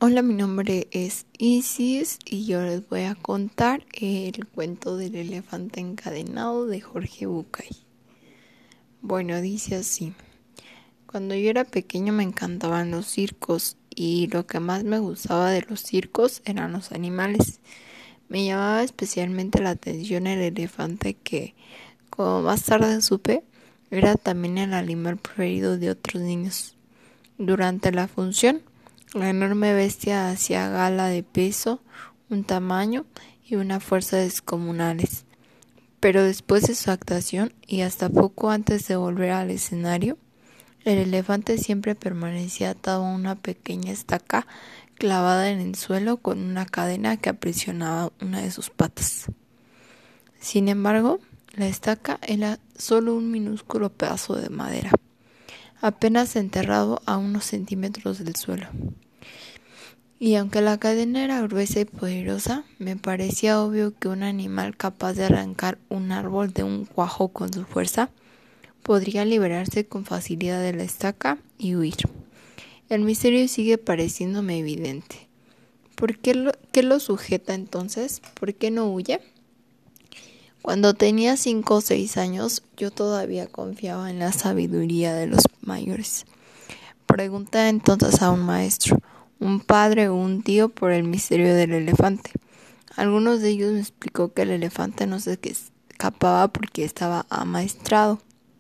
Hola, mi nombre es Isis y yo les voy a contar el cuento del elefante encadenado de Jorge Bucay. Bueno, dice así: cuando yo era pequeño me encantaban los circos y lo que más me gustaba de los circos eran los animales. Me llamaba especialmente la atención el elefante que, como más tarde supe, era también el animal preferido de otros niños. Durante la función, la enorme bestia hacía gala de peso, un tamaño y una fuerza descomunales. Pero después de su actuación y hasta poco antes de volver al escenario, el elefante siempre permanecía atado a una pequeña estaca clavada en el suelo con una cadena que aprisionaba una de sus patas. Sin embargo, la estaca era solo un minúsculo pedazo de madera, apenas enterrado a unos centímetros del suelo. Y aunque la cadena era gruesa y poderosa, me parecía obvio que un animal capaz de arrancar un árbol de un cuajo con su fuerza podría liberarse con facilidad de la estaca y huir. El misterio sigue pareciéndome evidente. ¿Qué lo sujeta entonces? ¿Por qué no huye? Cuando tenía 5 o 6 años, yo todavía confiaba en la sabiduría de los mayores. Pregunté entonces a un maestro, un padre o un tío por el misterio del elefante. Algunos de ellos me explicó que el elefante no se escapaba porque estaba amaestrado.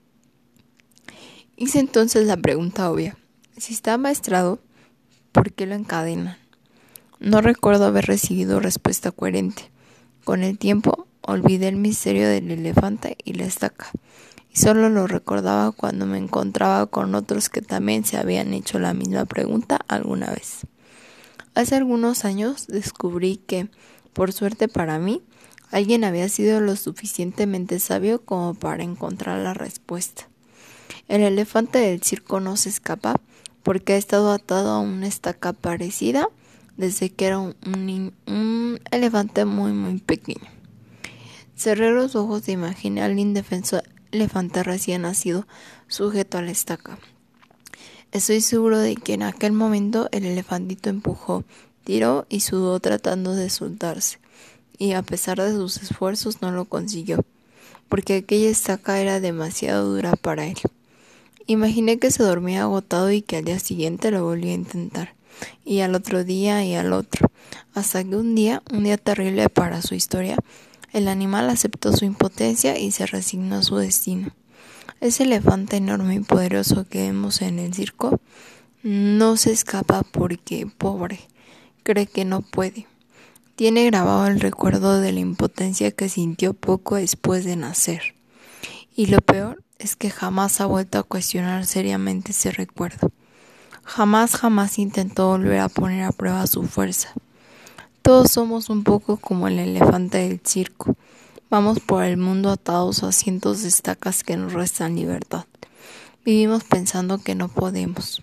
Hice entonces la pregunta obvia: si está amaestrado, ¿por qué lo encadenan? No recuerdo haber recibido respuesta coherente. Con el tiempo, olvidé el misterio del elefante y la estaca, y solo lo recordaba cuando me encontraba con otros que también se habían hecho la misma pregunta alguna vez. Hace algunos años descubrí que, por suerte para mí, alguien había sido lo suficientemente sabio como para encontrar la respuesta. El elefante del circo no se escapa porque ha estado atado a una estaca parecida desde que era un elefante muy pequeño. Cerré los ojos e imaginé al indefenso elefante recién nacido sujeto a la estaca. Estoy seguro de que en aquel momento el elefantito empujó, tiró y sudó tratando de soltarse, y a pesar de sus esfuerzos no lo consiguió, porque aquella estaca era demasiado dura para él. Imaginé que se dormía agotado y que al día siguiente lo volvía a intentar, y al otro día y al otro, hasta que un día terrible para su historia, el animal aceptó su impotencia y se resignó a su destino. Ese elefante enorme y poderoso que vemos en el circo no se escapa porque, pobre, cree que no puede. Tiene grabado el recuerdo de la impotencia que sintió poco después de nacer. Y lo peor es que jamás ha vuelto a cuestionar seriamente ese recuerdo. Jamás intentó volver a poner a prueba su fuerza. Todos somos un poco como el elefante del circo. Vamos por el mundo atados a cientos de estacas que nos restan libertad. Vivimos pensando que no podemos,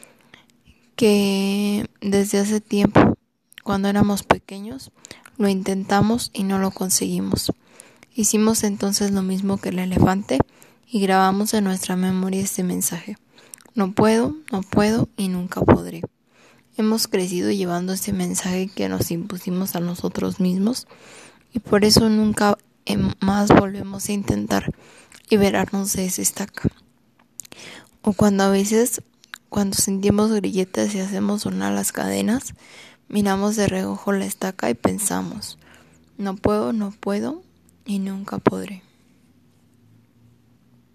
que desde hace tiempo, cuando éramos pequeños, lo intentamos y no lo conseguimos. Hicimos entonces lo mismo que el elefante y grabamos en nuestra memoria este mensaje: no puedo y nunca podré. Hemos crecido llevando este mensaje que nos impusimos a nosotros mismos y por eso nunca más volvemos a intentar liberarnos de esa estaca. O cuando a veces, cuando sentimos grilletes y hacemos sonar las cadenas, miramos de reojo la estaca y pensamos: no puedo y nunca podré.